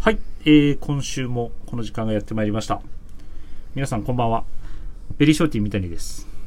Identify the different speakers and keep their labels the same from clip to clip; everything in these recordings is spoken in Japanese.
Speaker 1: はい、今週もこの時間がやってまいりました。皆さんこんばんは。ベリーショーティー三谷です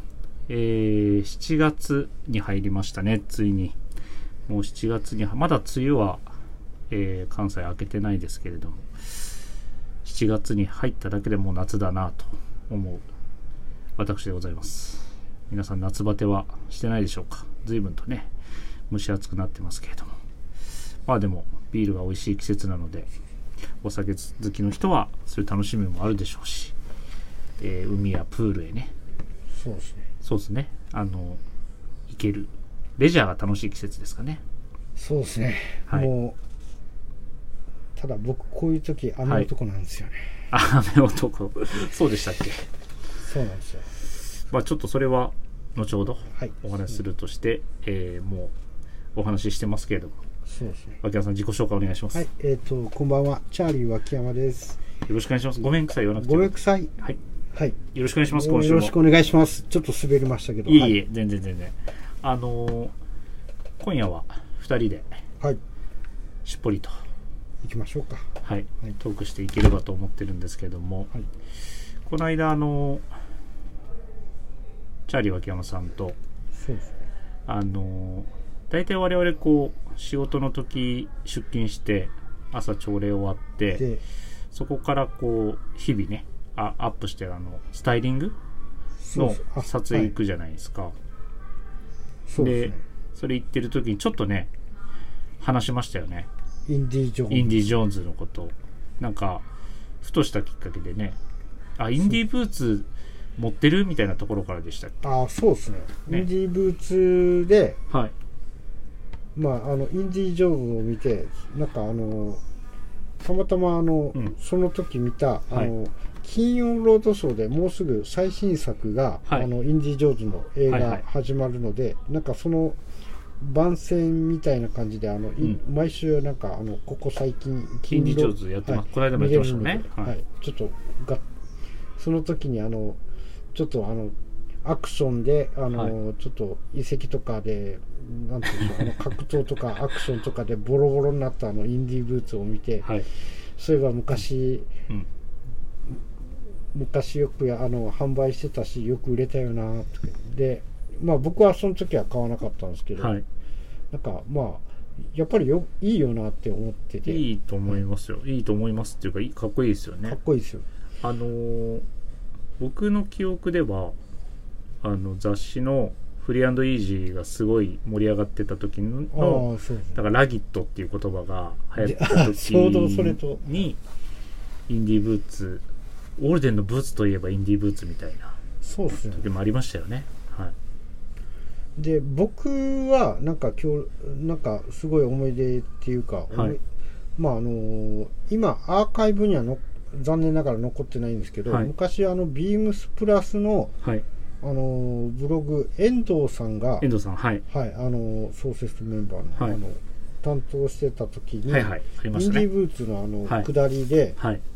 Speaker 1: 。7月に入りましたね。ついにもう7月にまだ梅雨は、関西明けてないですけれども、7月に入っただけでもう夏だなと思う私でございます。皆さん夏バテはしてないでしょうか。随分とね蒸し暑くなってますけれども、まあでもビールが美味しい季節なので、お酒好きの人はそういう楽しみもあるでしょうし、海やプールへね、
Speaker 2: そうですね、
Speaker 1: 行けるレジャーが楽しい季節ですかね。
Speaker 2: そうですね、
Speaker 1: はい、
Speaker 2: もうただ僕こういう時雨男なんですよね。
Speaker 1: はい、雨男そうでしたっけ。
Speaker 2: そうなんですよ。
Speaker 1: まあちょっとそれは後ほどお話しするとして、もうお話ししてますけれども、
Speaker 2: そうですね。
Speaker 1: 脇山さん自己紹介お願いします。
Speaker 2: はい、こんばんは、チャーリー脇山です。
Speaker 1: よろしくお願いします。ごめんくさい言わなくて。
Speaker 2: ごめんくさい。
Speaker 1: はい。
Speaker 2: はい。
Speaker 1: よろしくお願いします。今週も
Speaker 2: よろしくお願いします。ちょっと滑りましたけど。
Speaker 1: いえいえ、全然。今夜は2人で、
Speaker 2: はい。
Speaker 1: しっぽりと
Speaker 2: 行きましょうか。
Speaker 1: はい、トークしていければと思ってるんですけども、はい、この間チャーリー脇山さんと、
Speaker 2: そうですね。
Speaker 1: 大体我々こう仕事の時出勤して朝朝礼終わってそこからこう日々ねアップしてスタイリングの撮影行くじゃないですか。
Speaker 2: そうですね。
Speaker 1: でそれ行ってる時にちょっとね話しましたよね。
Speaker 2: インディ・ジョ
Speaker 1: ーンズのこと。なんかふとしたきっかけでね、インディーブーツ持ってるみたいなところからでしたっけ。
Speaker 2: そうですね。インディーブーツで、
Speaker 1: はい、
Speaker 2: まあ、インディ・ジョーンズを見て、なんかたまたまその時見た金曜ロードショーでもうすぐ最新作が、インディ・ジョーンズの映画始まるので、なんかその番宣みたいな感じで毎週なんかここ最近
Speaker 1: インディ・ジョーンズやってます。この間もやってましたね。
Speaker 2: はい、ちょっとその時にちょっとアクションでちょっと遺跡とかでなんていうんでしょう格闘とかアクションとかでボロボロになったインディーブーツを見て、そういえば昔よく販売してたしよく売れたよなってで、まあ僕はその時は買わなかったんですけど、なんかまあやっぱりいいよなって思ってて。
Speaker 1: いいと思いますよ。いいと思いますっていうかかっこいいですよね。
Speaker 2: かっこいいですよ。
Speaker 1: 僕の記憶では雑誌のフリー&イージーがすごい盛り上がってた時の、だからラギットっていう言葉が流行った時にインディーブーツ、オールデンのブーツといえばインディーブーツみたいな時もありましたよね。
Speaker 2: で僕はなんか今日なんかすごい思い出っていうか、まあ今アーカイブには残念ながら残ってないんですけど、昔ビームスプラスの、ブログ遠藤さんが創設メンバーの、担当してた時に、インディーブーツの下りで、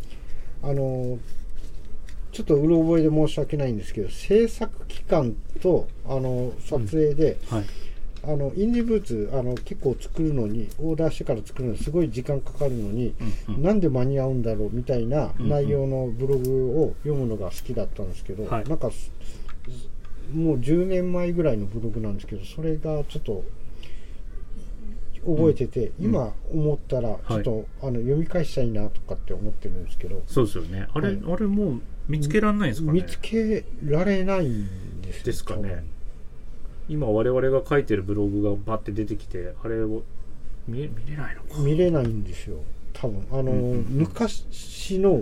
Speaker 2: ちょっとうろ覚えで申し訳ないんですけど、制作期間と撮影で、インディーブーツ結構作るのにオーダーしてから作るのにすごい時間かかるのに、なんで間に合うんだろうみたいな内容のブログを読むのが好きだったんですけど、なんかもう10年前ぐらいのブログなんですけど、それがちょっと覚えてて、今思ったらちょっと読み返したいなとかって思ってるんですけど。
Speaker 1: そうですよね。あれもう見つけられないんですかね。
Speaker 2: 見つけられないんです
Speaker 1: かね。今我々が書いてるブログがバッて出てきて、あれを見れないのか。
Speaker 2: 見れないんですよ多分。昔の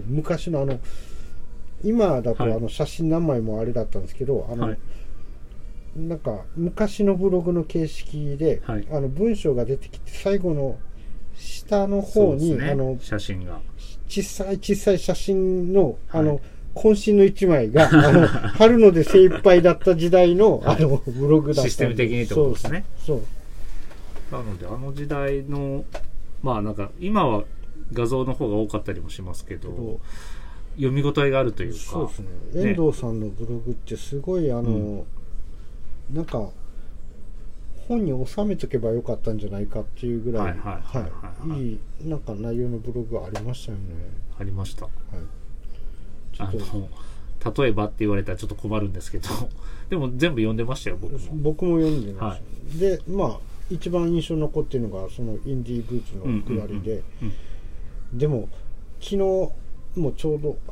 Speaker 2: 今だと写真何枚もあれだったんですけど、なんか昔のブログの形式で、文章が出てきて最後の下の方に、
Speaker 1: 写真が
Speaker 2: 小さい写真の渾身の一枚が貼るので精一杯だった時代のブログだったんで、
Speaker 1: システム的にってことですね。
Speaker 2: そう
Speaker 1: なので時代のまあなんか今は画像の方が多かったりもしますけど、読み応えがあるというか。
Speaker 2: そうですね。遠藤さんのブログってすごいなんか本に収めとけばよかったんじゃないかっていうぐらいいいなんか内容のブログがありましたよね。
Speaker 1: ありました。
Speaker 2: はい、ちょっと
Speaker 1: 例えばって言われたらちょっと困るんですけどでも全部読んでましたよ
Speaker 2: 僕も読んでました、でまあ一番印象に残っているのがそのインディーブーツのくだりで、でも昨日もちょうど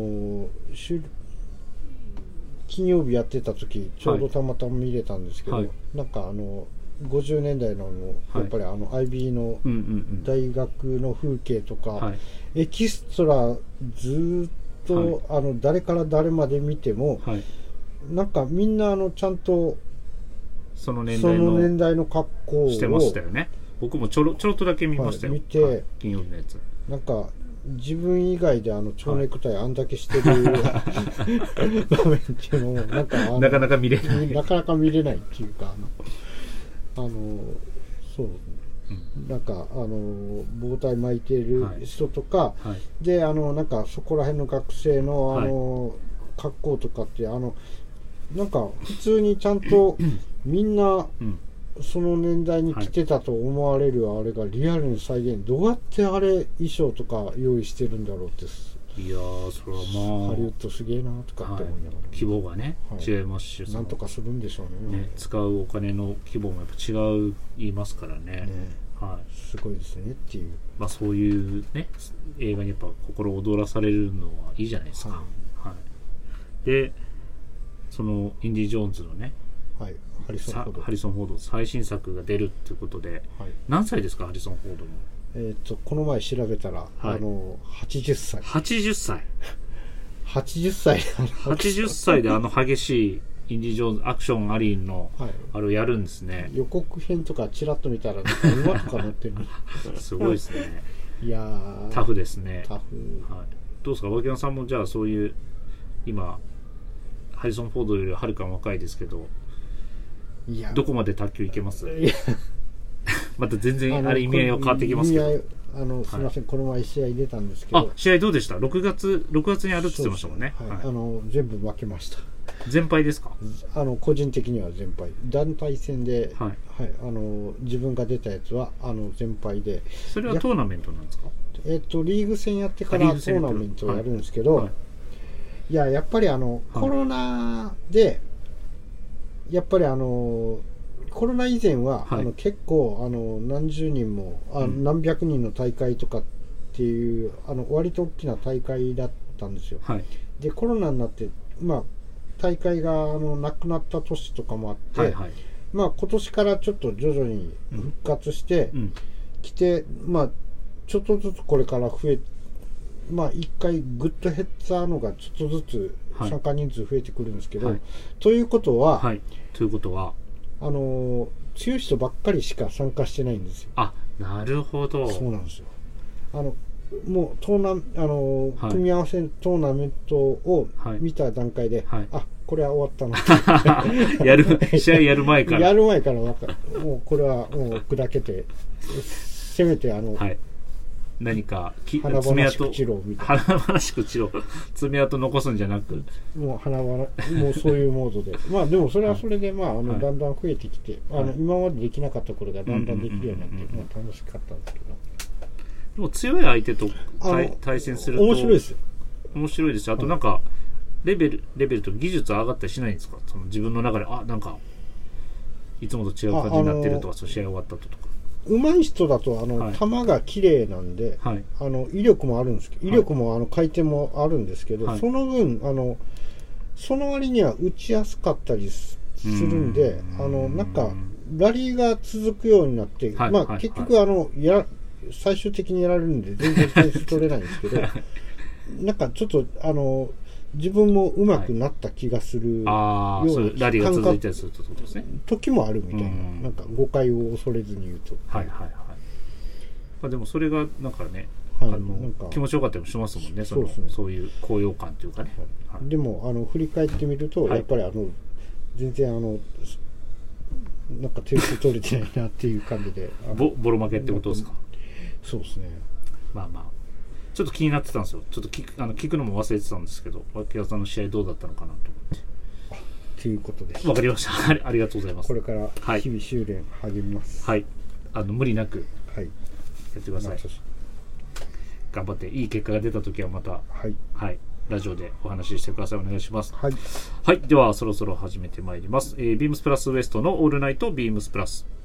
Speaker 2: 金曜日やってた時ちょうどたまたま見れたんですけど、なんか50年代のやっぱりIB の大学の風景とか、エキストラずっと誰から誰まで見ても、なんかみんなちゃんと
Speaker 1: その年
Speaker 2: 代の格好を
Speaker 1: してましたよね。僕もちょろっとだけ見ましたよ、
Speaker 2: 見て、
Speaker 1: 金曜日のやつ。
Speaker 2: なんか自分以外で蝶ネクタイあんだけしてる、場面っていうのをな
Speaker 1: かなか見れない、
Speaker 2: なかなか見れないっていうかそう、なんか包帯巻いてる人とか、でなんかそこら辺の学生の格好とかってなんか普通にちゃんとみんなその年代に着てたと思われるあれがリアルに再現、どうやってあれ衣装とか用意してるんだろうって。
Speaker 1: いやーそれはまあ
Speaker 2: ハリウッドすげえなとかって思いながら、
Speaker 1: 規模がね、違いますし、
Speaker 2: なんとかするんでしょうね。
Speaker 1: 使うお金の規模もやっぱ違いますからね。
Speaker 2: すごいですねっていう、
Speaker 1: まあそういうね映画にやっぱ心躍らされるのはいいじゃないですか。でそのインディ・ジョーンズのね、
Speaker 2: ハリソン・フ
Speaker 1: ォード最新作が出るっていうことで、何歳ですかハリソン・フォードの。
Speaker 2: この前調べたら、80歳。
Speaker 1: 80歳
Speaker 2: 80歳
Speaker 1: 80歳で激しいインディ・ジョーンズアクションありの、あれをやるんですね。
Speaker 2: 予告編とかちらっと見たら馬とか乗ってる
Speaker 1: すごいですね。
Speaker 2: いや
Speaker 1: タフですね。
Speaker 2: タフ、
Speaker 1: どうですか脇山さんもじゃあそういう今ハリソン・フォードよりはるか若いですけど、どこまで卓球いけます？また全然あれ意味合いは変わってきますけど、
Speaker 2: すみません、この前試合出たんですけど、
Speaker 1: 試合どうでした？6月にあるって言ってましたもんね。
Speaker 2: 全部負けました。
Speaker 1: 全敗ですか？
Speaker 2: 個人的には全敗。団体戦で、自分が出たやつは全敗で。
Speaker 1: それはトーナメントなんですか？
Speaker 2: リーグ戦やってからトーナメントをやるんですけど、やっぱりコロナでやっぱりコロナ以前は、結構何十人も何百人の大会とかっていう割と大きな大会だったんですよ。でコロナになって大会がなくなった年とかもあって、今年からちょっと徐々に復活してきて、ちょっとずつこれから増え一回グッと減ったのがちょっとずつ参加人数増えてくるんですけど、ということは強い人ばっかりしか参加してないんですよ。
Speaker 1: なるほど。
Speaker 2: そうなんですよ。もう組み合わせトーナメントを見た段階で、これは終わった
Speaker 1: な試合やる前から
Speaker 2: 分かる。もうこれはもう砕けてせめて
Speaker 1: 何か
Speaker 2: 華々しく散ろうみたいな。
Speaker 1: 華々しく散ろう。爪痕残すんじゃなく、
Speaker 2: もうもうそういうモードで。でもそれはそれでだんだん増えてきて、今までできなかったことがだんだんできるようになって楽しかったんですけど。
Speaker 1: でも強い相手と対戦すると
Speaker 2: 面白いですよ。
Speaker 1: 面白いです。あとなんかレベルと技術上がったりしないんですか？その自分の中でなんかいつもと違う感じになってるとか、試合終わったとか。
Speaker 2: 上手い人だと球が綺麗なんで、威力もあるんですけど、威力も回転もあるんですけど、その分その割には打ちやすかったりするんで、なんかラリーが続くようになって、結局最終的にやられるんで全然点数取れないんですけどなんかちょっと自分も上手くなった気がするような
Speaker 1: ラリーが続いたりするとですね、
Speaker 2: 時もあるみたいな、なんか誤解を恐れずに言うと、
Speaker 1: でもそれがなんかね、なんか気持ちよかったりもしますもんね。そういう高揚感というかね。
Speaker 2: でも振り返ってみると、やっぱり全然なんか点数取れてないなっていう感じで
Speaker 1: ボロ負けってことですか？
Speaker 2: そうですね。
Speaker 1: ちょっと気になってたんですよ。ちょっと聞くのも忘れてたんですけど、脇屋さんの試合どうだったのかなと思って。
Speaker 2: ということです。
Speaker 1: わかりました。ありがとうございます。
Speaker 2: これから日々修練励みます。
Speaker 1: はい。無理なく
Speaker 2: や
Speaker 1: ってください。頑張っていい結果が出たときはまた、ラジオでお話ししてください。お願いします。はい。ではそろそろ始めてまいります。ビームスプラスウエストのオールナイトビームスプラス。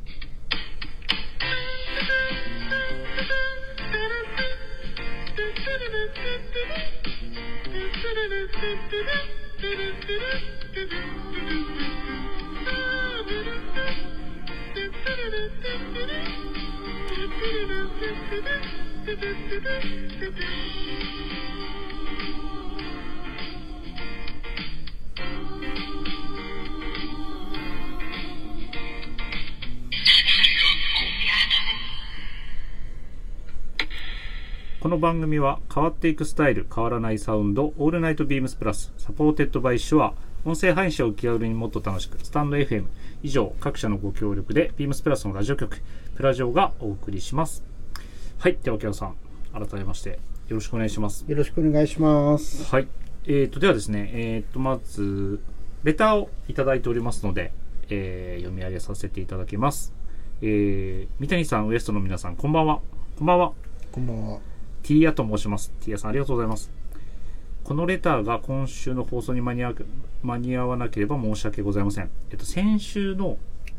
Speaker 1: この番組は変わっていくスタイル、変わらないサウンド、オールナイトビームスプラス、サポーテッドバイシュア、音声配信を気軽にもっと楽しく、スタンド FM、以上各社のご協力で、ビームスプラスのラジオ局、プラジオがお送りします。はい、では、木原さん、改めまして、よろしくお願いします。
Speaker 2: よろしくお願いします。
Speaker 1: はい。ではですね、まず、レターをいただいておりますので、読み上げさせていただきます。三谷さん、ウエストの皆さん、こんばんは。こんばんは。
Speaker 2: こんばんは。
Speaker 1: ティーヤと申します。ティーヤさんありがとうございます。このレターが今週の放送に間に合わなければ申し訳ございません。先週の、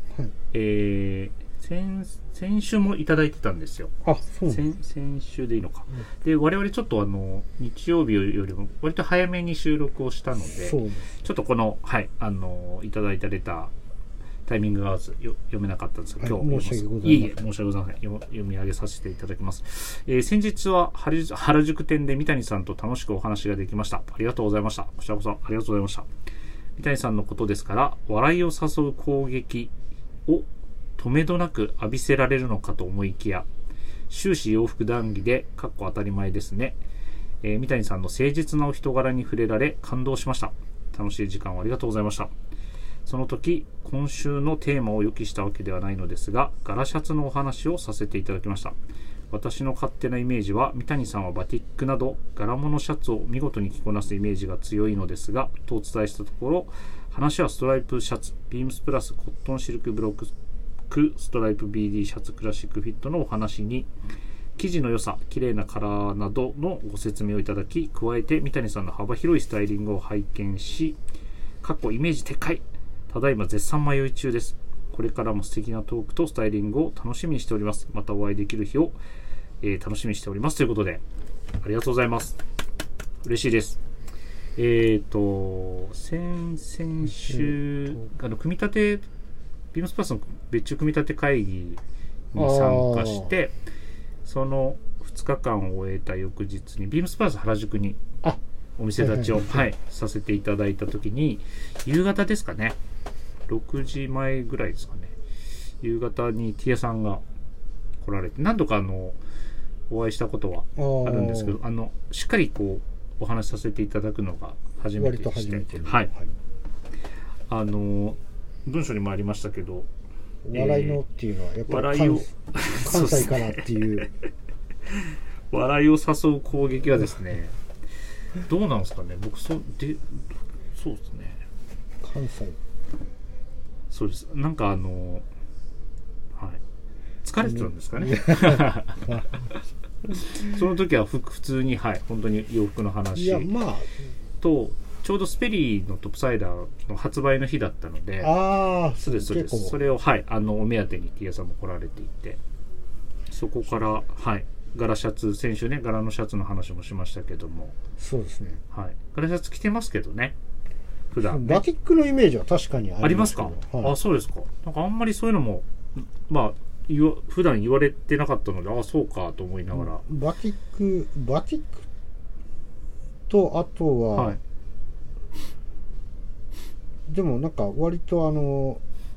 Speaker 1: 先週もいただいてたんですよ。先週でいいのか。で、我々ちょっと日曜日よりも割と早めに収録をしたので、ちょっとこの、いただいたレター、タイミングが合わず読めなかったんですが、今日申し訳ございません。読み上げさせていただきます。先日は原宿店で三谷さんと楽しくお話ができました。ありがとうございました。こちらこそありがとうございました。三谷さんのことですから、笑いを誘う攻撃を止めどなく浴びせられるのかと思いきや、終始洋服談義で、当たり前ですね。三谷さんの誠実なお人柄に触れられ感動しました。楽しい時間をありがとうございました。その時、今週のテーマを予期したわけではないのですが、柄シャツのお話をさせていただきました。私の勝手なイメージは、三谷さんはバティックなど柄物シャツを見事に着こなすイメージが強いのですが、とお伝えしたところ、話はストライプシャツ、ビームスプラスコットンシルクブロックストライプ BD シャツクラシックフィットのお話に、生地の良さ、綺麗なカラーなどのご説明をいただき、加えて三谷さんの幅広いスタイリングを拝見し、イメージでかい。ただいま絶賛迷い中です。これからも素敵なトークとスタイリングを楽しみにしております。またお会いできる日を、楽しみにしております。ということで、ありがとうございます。嬉しいです。先週、組み立て、ビームスプラスの別注組み立て会議に参加して、その2日間を終えた翌日に、ビームスプラス原宿にお店立ちを、させていただいたときに、夕方ですかね。6時前ぐらいですかね。夕方にティアさんが来られて、何度かお会いしたことはあるんですけど、しっかりお話しさせていただくのが初めてでして、文章にもありましたけど、
Speaker 2: 笑いのっていうのはやっぱり関西からっていう
Speaker 1: 笑いを誘う攻撃はですね、どうなんですかね。僕そうですね。
Speaker 2: 関西。
Speaker 1: そうです。なんか疲れてたんですかね。その時は普通に本当に洋服の話と、ちょうどスペリーのトップサイダーの発売の日だったので、そうです。それをお目当てにティアさんも来られていて、そこから柄シャツ、先週ね、柄のシャツの話もしましたけども、
Speaker 2: そうですね。
Speaker 1: 柄シャツ着てますけどね。普段
Speaker 2: バティックのイメージは確かにあります
Speaker 1: か。そうですか。なんかあんまりそういうのも普段言われてなかったので、そうかと思いながら。
Speaker 2: バティックと、あとは、でもなんか割と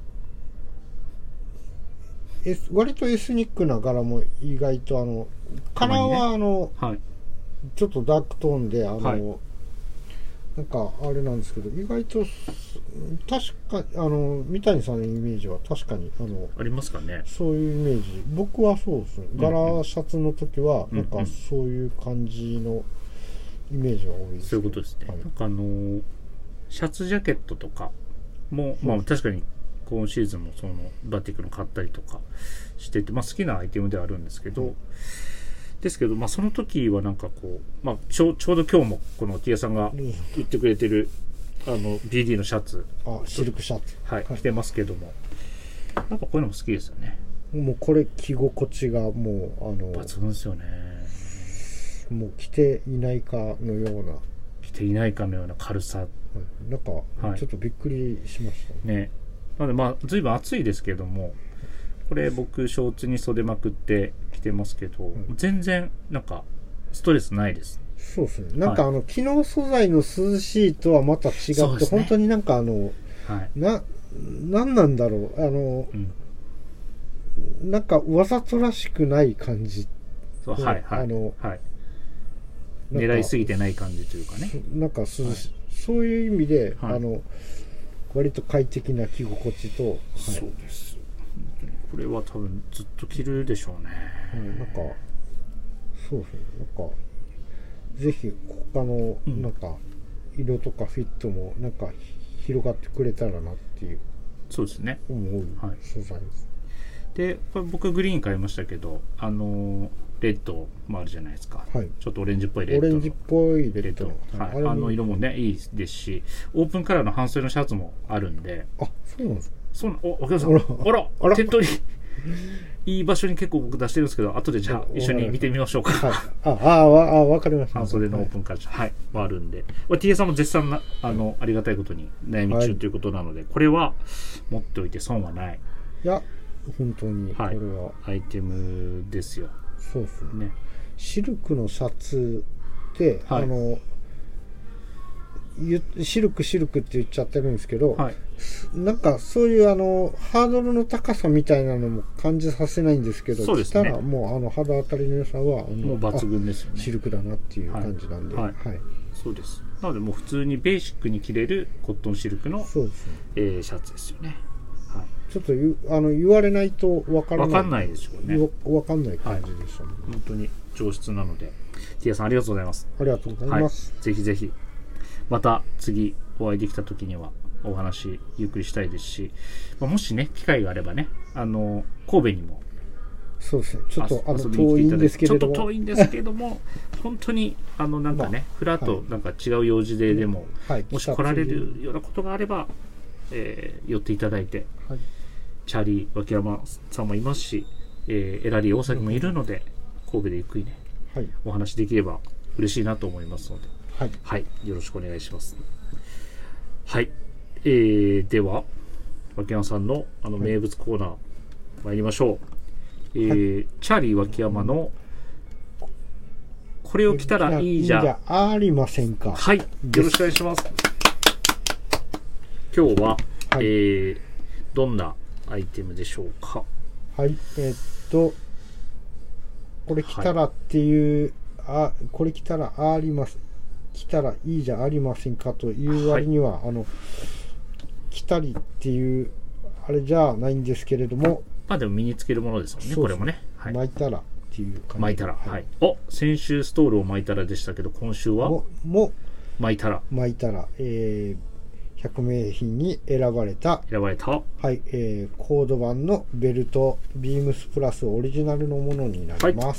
Speaker 2: 割とエスニックな柄も意外とカラーはちょっとダークトーンでなんかあれなんですけど、意外と確か三谷さんのイメージは確かに
Speaker 1: ありますかね。
Speaker 2: そういうイメージ、僕はそうですね。柄シャツの時はなんかそういう感じのイメージが多いです、
Speaker 1: そういうことですね。なんかシャツジャケットとかも、まあ確かに今シーズンもそのバティックの買ったりとかしてて、まあ好きなアイテムではあるんですけど、まあその時はなんかこう、まあちょうど今日もこのティアさんが言ってくれてるBD のシャツ、
Speaker 2: シルクシャツ、
Speaker 1: はい、着てますけども、なんかこういうのも好きですよね。
Speaker 2: もうこれ着心地がもう
Speaker 1: 抜群ですよね。
Speaker 2: もう着ていないかのような、
Speaker 1: 着ていないかのような軽さ、
Speaker 2: なんかちょっとびっくりしました
Speaker 1: ね。なのでまあ随分暑いですけども、これ僕ショーツに袖まくって着てますけど、全然なんかストレスないです。
Speaker 2: そうですね。なんか機能素材の涼しいとはまた違って、本当になんかなんなんだろう、なんかわざとらしくない感じ。
Speaker 1: そう、狙いすぎてない感じというかね。
Speaker 2: なんかそういう意味で、割と快適な着心地と、
Speaker 1: そうです。これは多分ずっと着るでしょうね。
Speaker 2: なんかそうですね。なんかぜひ他のなんか色とかフィットもなんか広がってくれたらなっていう。
Speaker 1: そうですね。
Speaker 2: 思う素材です。
Speaker 1: で、これ僕グリーン買いましたけど、レッドもあるじゃないですか。ちょっとオレンジっぽいレッド。
Speaker 2: オレンジっぽいレッド。
Speaker 1: 色もね、いいですし、オープンカラーの半袖のシャツもあるんで。
Speaker 2: あ、そうなんですか。
Speaker 1: お客さん、あら、手っ取り。いい場所に結構僕出してるんですけど、後でじゃあ一緒に見てみましょうか。
Speaker 2: わかりました。
Speaker 1: 半袖のオープンカラー、はい、あるんで。TA さんも絶賛ありがたいことに悩み中ということなので、これは持っておいて損はない。
Speaker 2: いや、本当にこれは
Speaker 1: アイテムですよ。
Speaker 2: そうですね。シルクのシャツってシルクって言っちゃってるんですけど、なんかそういうハードルの高さみたいなのも感じさせないんですけど、着たらもう肌当たりの良さは
Speaker 1: もう抜群ですよね。
Speaker 2: シルクだなっていう感じなんで、
Speaker 1: そうです。なのでもう普通にベーシックに着れるコットンシルクのシャツですよね。
Speaker 2: ちょっと言われないと分か
Speaker 1: んないでしょうね。
Speaker 2: 分かんない感じでしたね。
Speaker 1: 本当に上質なので、ティアさんありがとうございます。
Speaker 2: ありがとうございます。
Speaker 1: ぜひぜひまた次お会いできた時にはお話ゆっくりしたいですし、もしね機会があればね、神戸にも
Speaker 2: そうですね、ちょっと遠いんですけれども、
Speaker 1: ちょっと遠いんですけども本当になんかね、ふらっとなんか違う用事でも、もし来られるようなことがあれば、寄っていただいて、チャーリー脇山さんもいますし、エラリー大崎もいるので、神戸でゆっくりね、お話できれば嬉しいなと思いますので、よろしくお願いします。では脇山さんの名物コーナー参りましょう。チャーリー脇山のこれを着たらいいじゃ
Speaker 2: ありませんか。
Speaker 1: よろしくお願いします。今日は、どんなアイテムでしょうか。
Speaker 2: これ着たらっていう、これ着たら着たらいいじゃありませんかという割には、着たりっていうあれじゃないんですけれども、
Speaker 1: でも身につけるものですもんね。これもね、
Speaker 2: 巻いたらっていう感じ。
Speaker 1: 巻いたら、先週ストールを巻いたらでしたけど、今週は巻いたら
Speaker 2: 100名品に選ばれた、コード版のベルト、ビームスプラスオリジナルのものになります。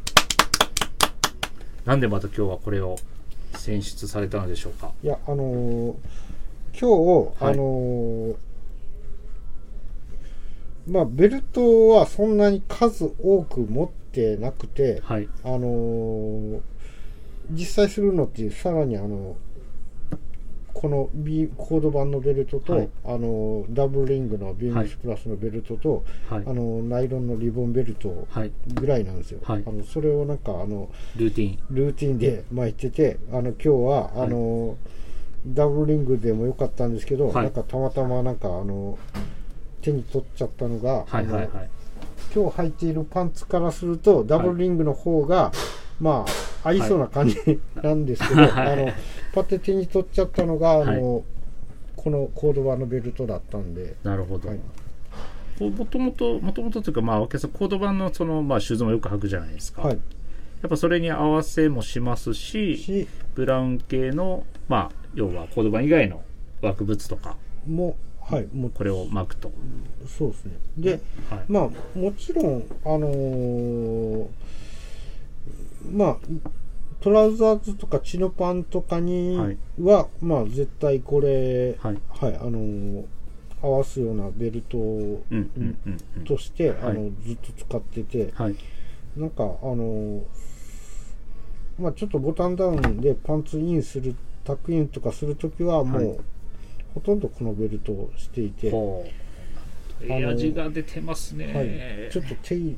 Speaker 1: なんでまた今日はこれを選出されたのでしょうか。
Speaker 2: いや、今日、ベルトはそんなに数多く持ってなくて、実際するのってさらにこのコード版のベルトと、ダブルリングのビームスプラスのベルトと、ナイロンのリボンベルトぐらいなんですよ。それをなんか
Speaker 1: ルーテ
Speaker 2: ィンで巻いてて、今日はダブルリングでもよかったんですけど、なんかたまたまなんか手に取っちゃったのが、今日履いているパンツからするとダブルリングの方が合いそうな感じなんですけど、パッて手に取っちゃったのがこのコード版のベルトだったんで。
Speaker 1: なるほど。もともとというか、お客さんコード版のシューズもよく履くじゃないですか。やっぱそれに合わせもしますし、ブラウン系の要はコード盤以外の枠物とか
Speaker 2: もう
Speaker 1: これを巻くと。
Speaker 2: そうですね。で、まあもちろんトラウザーズとかチノパンとかには、まあ絶対これ、合わすようなベルトとしてずっと使ってて、なんかまあちょっとボタンダウンでパンツインするタックインとかするときはもう、ほとんどこのベルトをしていて、
Speaker 1: 味が出てますね。
Speaker 2: ちょっと手入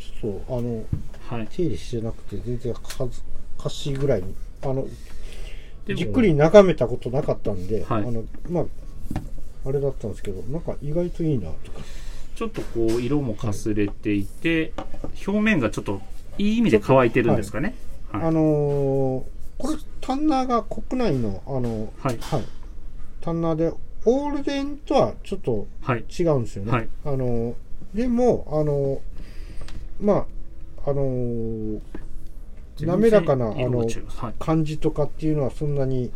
Speaker 2: れしてなくて全然恥ずかしいぐらいにじっくり眺めたことなかったんで、まああれだったんですけど、なんか意外といいなとか。
Speaker 1: ちょっとこう色もかすれていて、表面がちょっといい意味で乾いてるんですかね。
Speaker 2: これタンナーが国内のタンナーでオールデンとはちょっと違うんですよね。でもまあ滑らかな感じとかっていうのはそんなに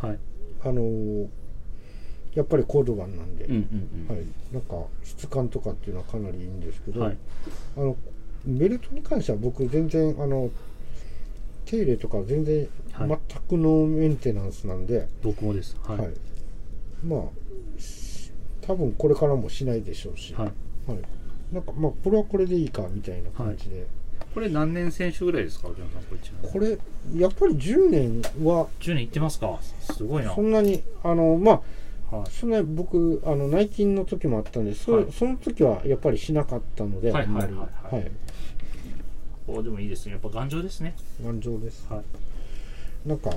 Speaker 2: やっぱりコードガンなんで、なんか質感とかっていうのはかなりいいんですけど、ベルトに関しては僕全然手入れとか全然全くノーメンテナンスなんで、
Speaker 1: 僕もです。
Speaker 2: まあ多分これからもしないでしょうし、なんかまあこれはこれでいいかみたいな感じで。
Speaker 1: これ何年選手ぐらいですか、
Speaker 2: これやっぱり10年は
Speaker 1: 10年いってますか。すごいな。
Speaker 2: そんなにまあそんな僕内勤の時もあったんで、その時はやっぱりしなかったので、あんまり。
Speaker 1: でもいいですね。やっぱ頑丈ですね。
Speaker 2: 頑丈です。なんか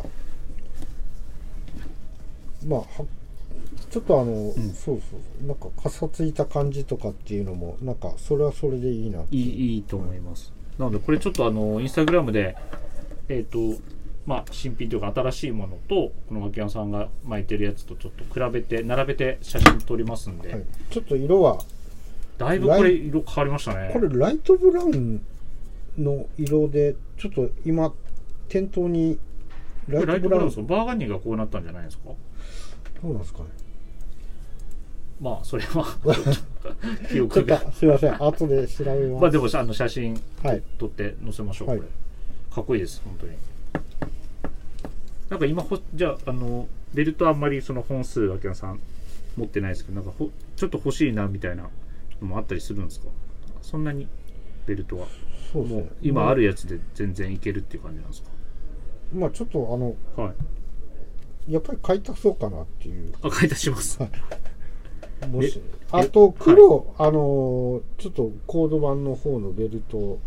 Speaker 2: まあちょっとそうなんかかさついた感じとかっていうのもなんかそれはそれでいいなって。
Speaker 1: いいと思います。なのでこれちょっとインスタグラムでまあ新品というか新しいものとこの脇山さんが巻いてるやつとちょっと比べて並べて写真撮りますんで、
Speaker 2: ちょっと色は
Speaker 1: だいぶこれ色変わりましたね。
Speaker 2: これライトブラウンの色でちょっと今店頭に
Speaker 1: ライトブラウンですか。バーガニーがこうなったんじゃないですか。
Speaker 2: どうなんですかね。
Speaker 1: まあそれは
Speaker 2: 記憶がすいません、後で調べます。
Speaker 1: まあでも写真撮って載せましょう。これかっこいいです本当に。なんか今じゃあベルトあんまりその本数脇山さん持ってないですけど、なんかちょっと欲しいなみたいなのもあったりするんですか。そんなにベルトはもう今あるやつで全然いけるっていう感じなんですか。
Speaker 2: まあちょっとやっぱり買い足そうかなっていう。
Speaker 1: 買い足します。
Speaker 2: もしあと黒ちょっとコード版の方のベルト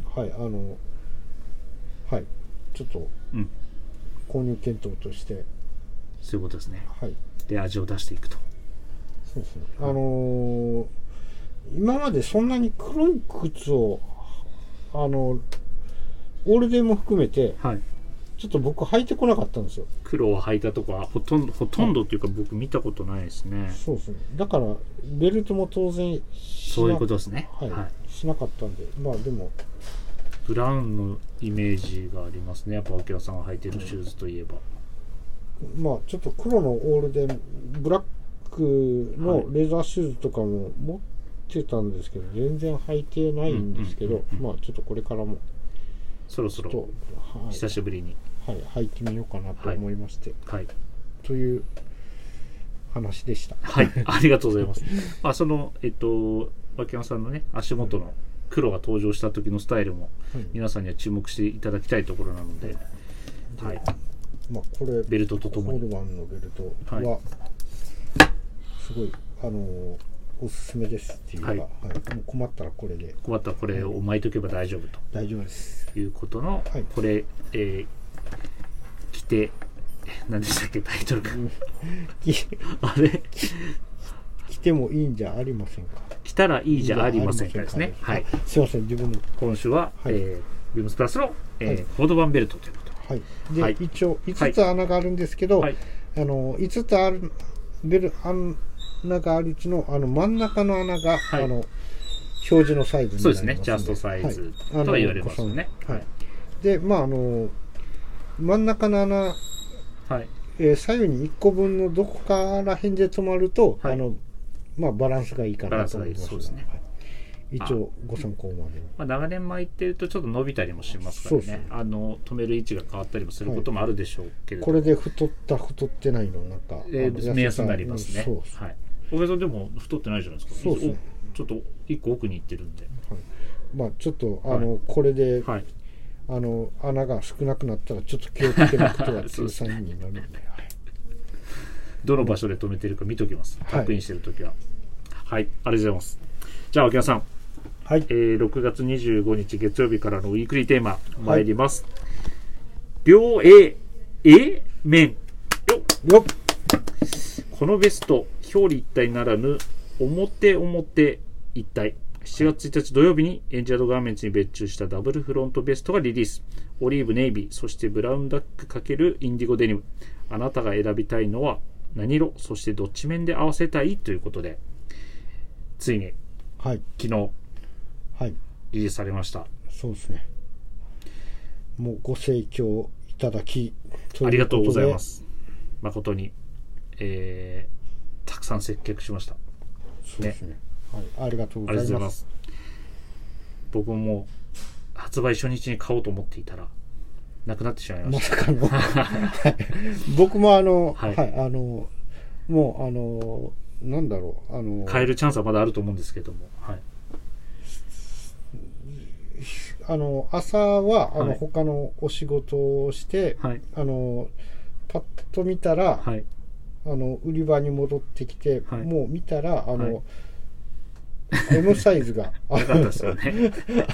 Speaker 2: ちょっと購入検討として、
Speaker 1: そういうことですね。で味を出していくと。
Speaker 2: そうですね。今までそんなに黒い靴をオールデンも含めてちょっと僕履いてこなかったんですよ。
Speaker 1: 黒を履いたとこはほとんどっていうか僕見たことないですね。
Speaker 2: そうですね。だからベルトも当然
Speaker 1: そういうことですね。
Speaker 2: しなかったんで、まあでも
Speaker 1: ブラウンのイメージがありますね。やっぱ脇山さんが履いてるシューズといえば、
Speaker 2: まあちょっと黒のオールデンブラックのレザーシューズとかも持ってたんですけど、全然履いてないんですけど、まあちょっとこれからも
Speaker 1: そろそろ久しぶりに
Speaker 2: 履いてみようかなと思いまして、という話でした。
Speaker 1: ありがとうございます。まあその脇山さんのね足元の黒が登場した時のスタイルも皆さんには注目していただきたいところなので、
Speaker 2: まあこれ
Speaker 1: ベルトとともに
Speaker 2: コードワンのベルトはすごいおすすめですっていうか、もう困ったらこれ
Speaker 1: を巻いとけば大丈夫と。
Speaker 2: 大丈夫です。
Speaker 1: いうことのこれ着て何でしたっけタイトルがあれ
Speaker 2: 着てもいいんじゃありませんか。
Speaker 1: 着たらいいじゃありませんかですね。
Speaker 2: すいません自分の
Speaker 1: 今週はビームスプラスのコードバンベルトということ
Speaker 2: で、一応5つ穴があるんですけど、5つある穴があるうちの真ん中の穴が表示のサイズになります。
Speaker 1: そうですね、ジャストサイズとは言われますね。
Speaker 2: でまあ真ん中の穴左右に1個分のどこから辺で止まると、
Speaker 1: はい、
Speaker 2: バランスがいいかなと思います。
Speaker 1: そうですね。
Speaker 2: はい、一応ご参考まで。
Speaker 1: 長年巻いてるとちょっと伸びたりもしますからね。止める位置が変わったりもすることもあるでしょうけれど、
Speaker 2: これで太ってないのなんか、
Speaker 1: 目安になりますね。
Speaker 2: そうです。
Speaker 1: はい。お客さんでも太ってないじゃないですか。
Speaker 2: そうですね。
Speaker 1: ちょっと1個奥に行ってるんで。
Speaker 2: はい、ちょっとこれで、はい、穴が少なくなったらちょっと気をつけなくてはっていうサインになるので、
Speaker 1: どの場所で止めてるか見ときます。タックインしてるときは。はい、ありがとうございます。じゃあ秋山さん、
Speaker 2: はい、
Speaker 1: 6月25日月曜日からのウィークリーテーマ参ります。はい、両 A 面よっ。このベスト表裏一体ならぬ表一体。7月1日土曜日にエンジャードガーメンツに別注したダブルフロントベストがリリース。オリーブ、ネイビー、そしてブラウンダック×インディゴデニム。あなたが選びたいのは何色、そしてどっち面で合わせたいということで、ついに、
Speaker 2: はい、
Speaker 1: 昨日、
Speaker 2: はい、
Speaker 1: リリースされました。
Speaker 2: そうですね。もうご清聴いただき
Speaker 1: ありがとうございます。誠に、たくさん接客しました。
Speaker 2: そうですね。はい、ありがとうございます。
Speaker 1: 僕も発売初日に買おうと思っていたらなくなってしまいました。
Speaker 2: まさかの僕ももうなんだろう
Speaker 1: 買えるチャンスはまだあると思うんですけども、はい、
Speaker 2: 朝は他のお仕事をして、はい、パッと見たら、はい、売り場に戻ってきて、はい、もう見たらM サイズが
Speaker 1: なかったですよね。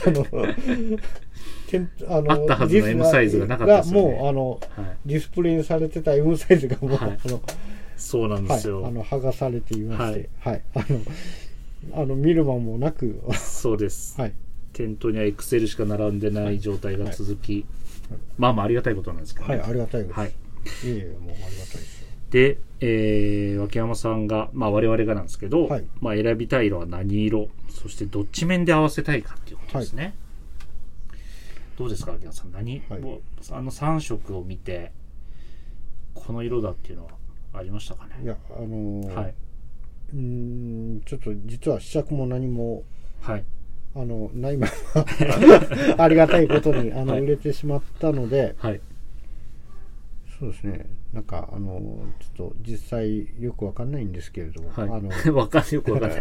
Speaker 2: あ
Speaker 1: ったはずの M サイズがなかったですよね。
Speaker 2: もうディスプレイにされてた M サイズがもう、
Speaker 1: そうなんですよ。
Speaker 2: 剥がされていまして、はい、見る間もなく
Speaker 1: そうです。はい、店頭には XL しか並んでない状態が続き、まあありがたいことなんですけどね。
Speaker 2: はい、ありがたいです。はい、
Speaker 1: もう
Speaker 2: ありがたいです。
Speaker 1: で、脇山さんが、我々がなんですけど、はい、選びたい色は何色、そしてどっち面で合わせたいかっていうことですね。はい、どうですか、脇山さん、はい、3色を見て、この色だっていうのはありましたかね。
Speaker 2: いや、はい、ちょっと実は試着も何も、はい、ないままありがたいことに売れてしまったので、はい、そうですね。なんかちょっと実際よくわかんないんですけれども、はい、
Speaker 1: よくわかんない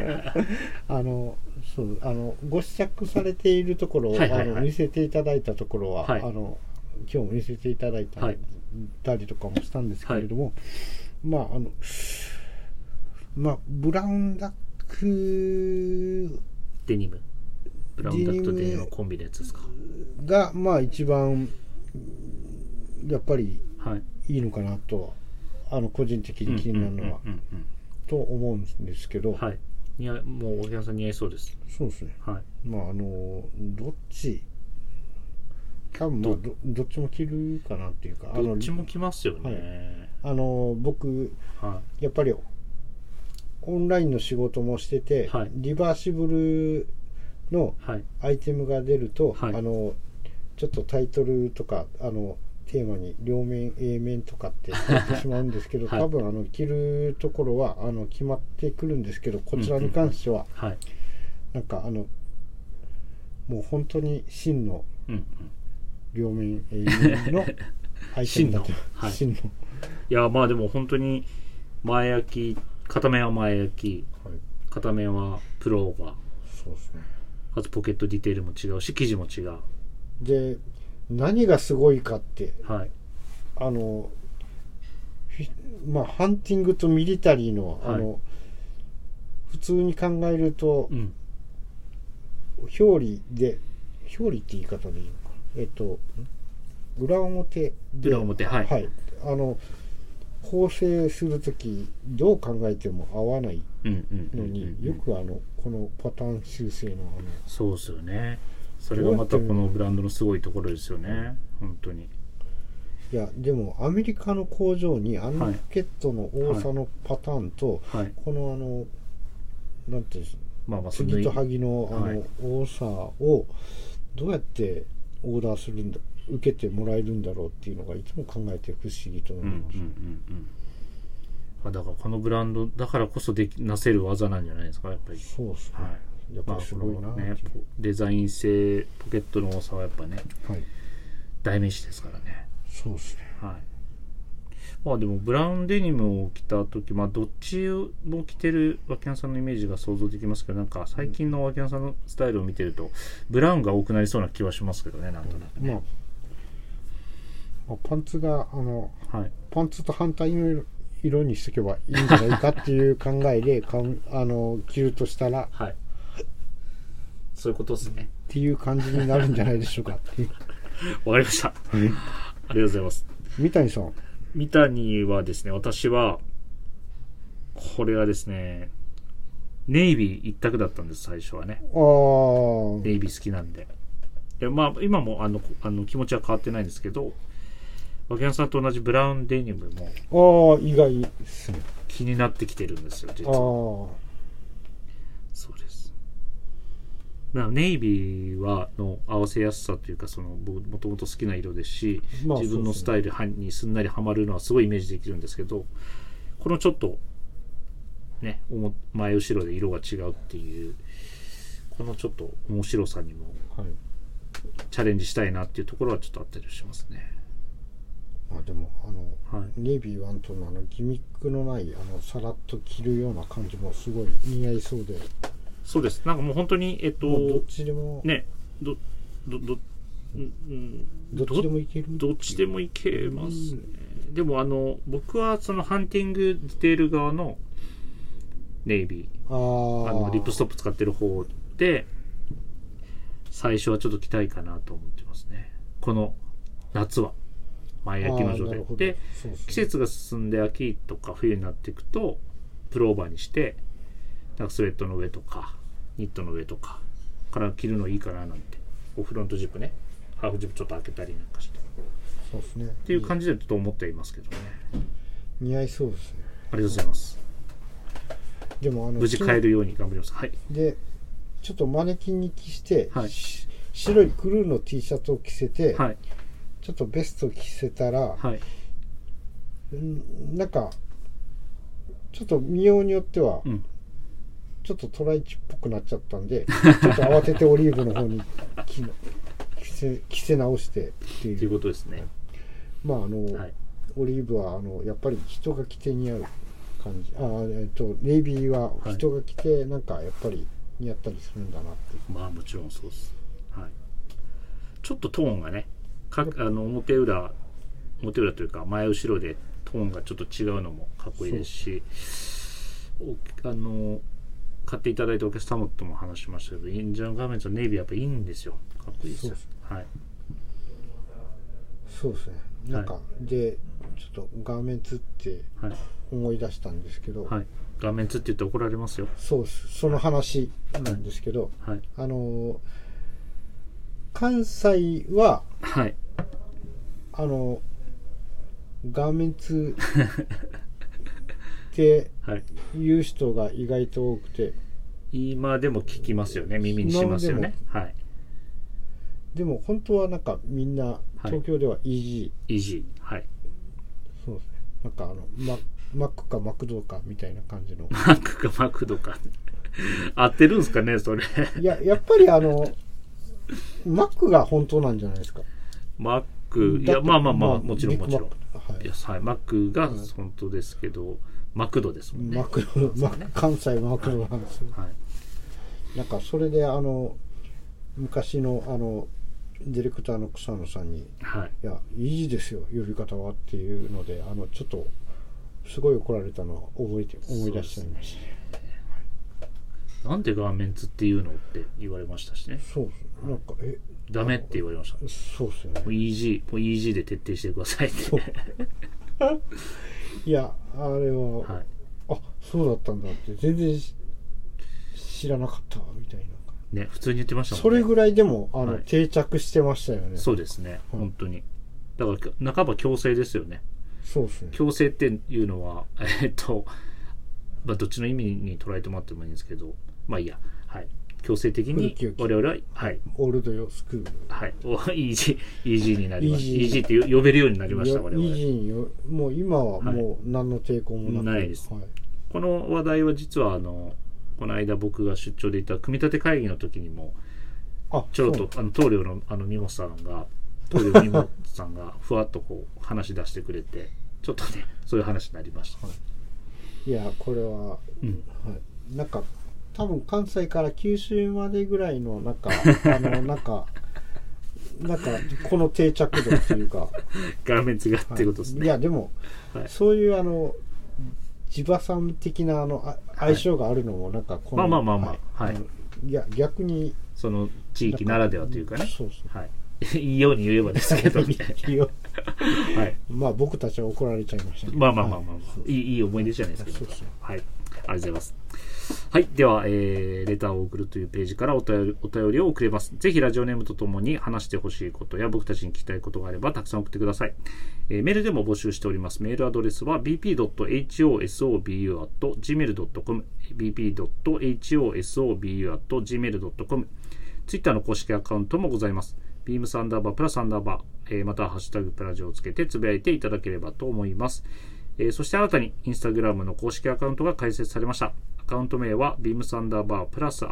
Speaker 2: そうご試着されているところを、見せていただいたところは、はい、今日も見せていただいたりとかもしたんですけれども、はい、ブラウンダック
Speaker 1: デニム、ブラウンダックとデニムのコンビのやつですか
Speaker 2: が一番やっぱりいいのかなと、個人的に気になるのはと思うんですけど、
Speaker 1: はい、もうお客さん似合いそうです。
Speaker 2: そうですね。はい、どっち多分どっちも着るかなっていうか、
Speaker 1: どっちも着ますよね。
Speaker 2: はい、僕、はい、やっぱりオンラインの仕事もしてて、はい、リバーシブルのアイテムが出ると、はい、ちょっとタイトルとかテーマに両面 A 面とかってなってしまうんですけど、はい、多分着るところは決まってくるんですけど、こちらに関しては、はい、なんかもう本当に真の両面 A 面のアイテムだと真の、
Speaker 1: いやでも本当に前焼き、片面は前焼き、はい、片面はプローバー、
Speaker 2: そうですね。
Speaker 1: あとポケットディテールも違うし生地も違う
Speaker 2: で、何がすごいかって、はい、ハンティングとミリタリーの、はい、普通に考えると、表裏って言い方でいいのか、裏表で、はい、はい、構成するときどう考えても合わないのに、よくこのパターン修正の
Speaker 1: そうですよね。それがまたこのブランドのすごいところですよね、本当に。
Speaker 2: いやでもアメリカの工場にポケットの多さのパターンと、はい、このなんていうんですか、継ぎとはぎの多さをどうやってオーダーするんだ、 受けてもらえるんだろうっていうのがいつも考えて不思議と思います。
Speaker 1: だからこのブランドだからこそなせる技なんじゃないですか、やっぱり。
Speaker 2: そうですね、はい、やっぱりすごいな、
Speaker 1: ね、デザイン性、ポケットの多さはやっぱね、
Speaker 2: はい、
Speaker 1: 代名詞ですからね。
Speaker 2: そうですね、
Speaker 1: はい。まあでもブラウンデニムを着た時、まあどっちも着てる脇山さんのイメージが想像できますけど、なんか最近の脇山さんのスタイルを見てるとブラウンが多くなりそうな気はしますけどね、なんとなくね。
Speaker 2: まあ、パンツが
Speaker 1: はい、
Speaker 2: パンツと反対の色にしとけばいいんじゃないかっていう考えで着るとしたら、
Speaker 1: はい、そういうことですね
Speaker 2: っていう感じになるんじゃないでしょうかっていう。
Speaker 1: わかりました、はい、ありがとうございます。
Speaker 2: 三谷さん、
Speaker 1: 三谷はですね、私はこれはですね、ネイビー一択だったんです、最初はね。ネイビー好きなんで。で、まあ今も気持ちは変わってないんですけど、脇山さんと同じブラウンデニム
Speaker 2: も意外ですね、
Speaker 1: 気になってきてるんですよ、実は。そうです。ネイビーの合わせやすさというか、もともと好きな色ですし、自分のスタイルにすんなりはまるのはすごいイメージできるんですけど、このちょっとね、前後ろで色が違うっていうこのちょっと面白さにもチャレンジしたいなっていうところはちょっとあったりしますね。
Speaker 2: でもネイビーワントのギミックのないさらっと着るような感じもすごい似合いそうで。
Speaker 1: そうです。なんかもう本当に
Speaker 2: どっちでも
Speaker 1: ね、どっ
Speaker 2: ちでもいける。
Speaker 1: どっちでもいけますね。でも僕はそのハンティングディテール側のネイビーリップストップ使ってる方で最初はちょっと着たいかなと思ってますね。この夏は前焼きの状態で、季節が進んで秋とか冬になっていくとプルオーバーにしてなんかスウェットの上とかニットの上とかから着るのいいかななんて、フロントジップね、ハーフジップちょっと開けたりなんかして、
Speaker 2: そうですね、
Speaker 1: っていう感じでちょっと思っていますけどね。
Speaker 2: 似合いそうですね。
Speaker 1: ありがとうございます。
Speaker 2: でも
Speaker 1: 無事買えるように頑張ります。はい。
Speaker 2: でちょっとマネキンに着して、
Speaker 1: はい、
Speaker 2: 白いクルーの T シャツを着せて、
Speaker 1: はい、
Speaker 2: ちょっとベストを着せたら、
Speaker 1: はい、
Speaker 2: なんかちょっと見ようによっては、ちょっとトライチっぽくなっちゃったんで、ちょっと慌ててオリーブの方に着せ直してっていう
Speaker 1: ことですね。
Speaker 2: まあオリーブはやっぱり人が着て似合う感じ。ネイビーは人が着てなんかやっぱり似合ったりするんだなって。
Speaker 1: まあもちろんそうです。はい。ちょっとトーンがね、表裏というか前後ろでトーンがちょっと違うのもかっこいいですし、買っていただいたお客様とも話しましたけど、インジャンガーメンツのネイビーやっぱいいんですよ。かっこいいですよ。はい。
Speaker 2: そうですね。なんか、でちょっとガーメンツって思い出したんですけど、
Speaker 1: はい、ガーメンツって言って怒られますよ。
Speaker 2: そうです。その話なんですけど、
Speaker 1: はい、
Speaker 2: 関西は、
Speaker 1: はい、
Speaker 2: ガーメンツっていう人が意外と多くて、
Speaker 1: 今でも聞きますよね。耳にしますよね。はい。
Speaker 2: でも本当はなんかみんな東京ではイー
Speaker 1: ジー、はい。
Speaker 2: そうですね。なんかマックかマクドかみたいな感じの。
Speaker 1: マックかマクドか合ってるんですかね、それ。
Speaker 2: やっぱりマックが本当なんじゃないですか。
Speaker 1: マック、いやまあもちろんはい、マックが本当ですけど、マクドですもんね。
Speaker 2: 関西マクドなんですよ。はい。なんかそれで昔のディレクターの草野さんに、
Speaker 1: はい、
Speaker 2: いやいいですよ呼び方はっていうのでちょっとすごい怒られたのを思い出しちゃいましたね。
Speaker 1: なんでガーメンツっていうのって言われましたしね。
Speaker 2: そうなんか
Speaker 1: ダメって言われました。
Speaker 2: そうですよね。
Speaker 1: もうイージーで徹底してくださいって。
Speaker 2: いやあれは、はい、あそうだったんだって全然知らなかったみたいな。
Speaker 1: ね、普通に言ってましたもんね。
Speaker 2: それぐらいでも
Speaker 1: はい、
Speaker 2: 定着してましたよね。
Speaker 1: そうですね、本当に。だから半ば強制ですよね。
Speaker 2: そうですね。
Speaker 1: 強制っていうのはどっちの意味に捉えてもらってもいいんですけど、まあいいや。はい。 強制的に我々は、はい、
Speaker 2: オールドヨスクール、
Speaker 1: はい、イージーになりました。イージーって呼べるようになりました。我々
Speaker 2: イージーにもう今はもう何の抵抗も
Speaker 1: ないです。この話題は実はこの間僕が出張でいた組み立て会議の時にもちょろっと棟梁の三本さんがふわっとこう話し出してくれて、ちょっとねそういう話になりました。
Speaker 2: いやこれは、なんか多分関西から九州までぐらいのなんかこの定着度っていうか
Speaker 1: ガーメンツがってことですね。
Speaker 2: いやでも、そういう地場産的な相性があるのもなんかこのいや逆に
Speaker 1: その地域ならではというかね、いいように言えばですけどみたいな。
Speaker 2: まあ僕たちは怒られちゃいましたけど、
Speaker 1: まあいい思い出じゃないですか。はい、ありがとうございます。はい、では、レターを送るというページからお便りを送れます。ぜひラジオネームとともに話してほしいことや僕たちに聞きたいことがあればたくさん送ってください。メールでも募集しております。メールアドレスは bp.hosobu@gmail.com bp.hosobu@gmail.com ツイッターの公式アカウントもございます。beams_+_ またはハッシュタグプラジオをつけてつぶやいていただければと思います。そして新たにインスタグラムの公式アカウントが開設されました。アカウント名は beams_+_ ちょっと待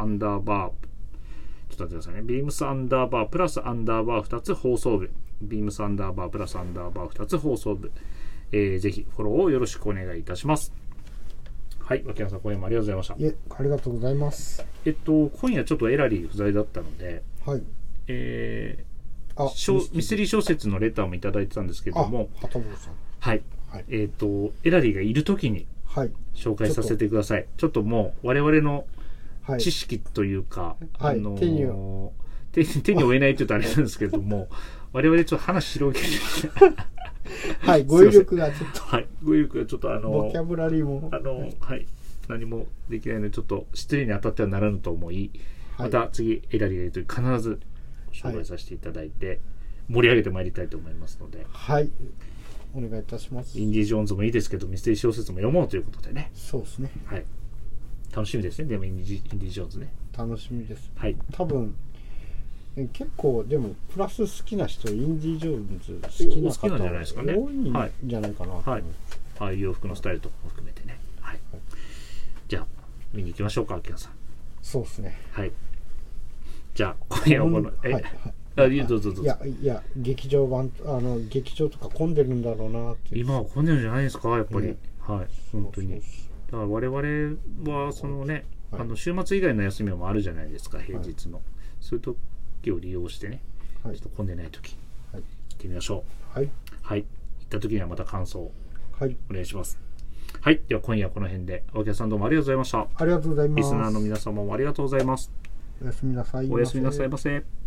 Speaker 1: ってくださいね。beams_++2 つ放送部 beams_++2 つ放送部、ぜひフォローをよろしくお願いいたします。はい、脇山さん今夜もありがとうございました。
Speaker 2: ありがとうございます。
Speaker 1: 今夜ちょっとエラリー不在だったので、
Speaker 2: はい、
Speaker 1: ミステリー小説のレターもいただいてたんですけども、はい、エラリーがいるときに紹介させてください。ちょっともう我々の知識というか、手に負えないというとあれなんですけれども、我々ちょっと話広げる
Speaker 2: 語彙力がちょっと
Speaker 1: ボ
Speaker 2: キャブラリーも
Speaker 1: 何もできないのでちょっと失礼に当たってはならぬと思い、また次エラリーがいるとき必ず紹介させていただいて盛り上げてまいりたいと思いますので、
Speaker 2: お願いいたします。
Speaker 1: インディ・ジョーンズもいいですけどミステリー小説も読もうということでね。
Speaker 2: そうですね。
Speaker 1: 楽しみですね。でもインディ・ジョーンズね。
Speaker 2: 楽しみです。多分結構でもプラス好きな人インディ・ジョーンズ好きな方
Speaker 1: なんじゃないですかね。
Speaker 2: 多いんじゃないかな。
Speaker 1: ああいう洋服のスタイルとかも含めてね。じゃあ見に行きましょうか、秋山さん。
Speaker 2: そうですね。
Speaker 1: じゃあ今夜はこのどうぞ。
Speaker 2: いや劇場版劇場とか混んでるんだろうなって。
Speaker 1: 今は混んでるんじゃないですか、やっぱり。本当に。だから我々はそのね、週末以外の休みもあるじゃないですか、平日の。そういう時を利用してね、ちょっと混んでない時行ってみましょう。行った時にはまた感想をお願いします。では今夜はこの辺で、脇田さんどうもありがとうございました。
Speaker 2: ありがとうございます。
Speaker 1: リスナーの皆様もありがとうございます。
Speaker 2: おやすみなさいませ。
Speaker 1: おやすみなさいませ。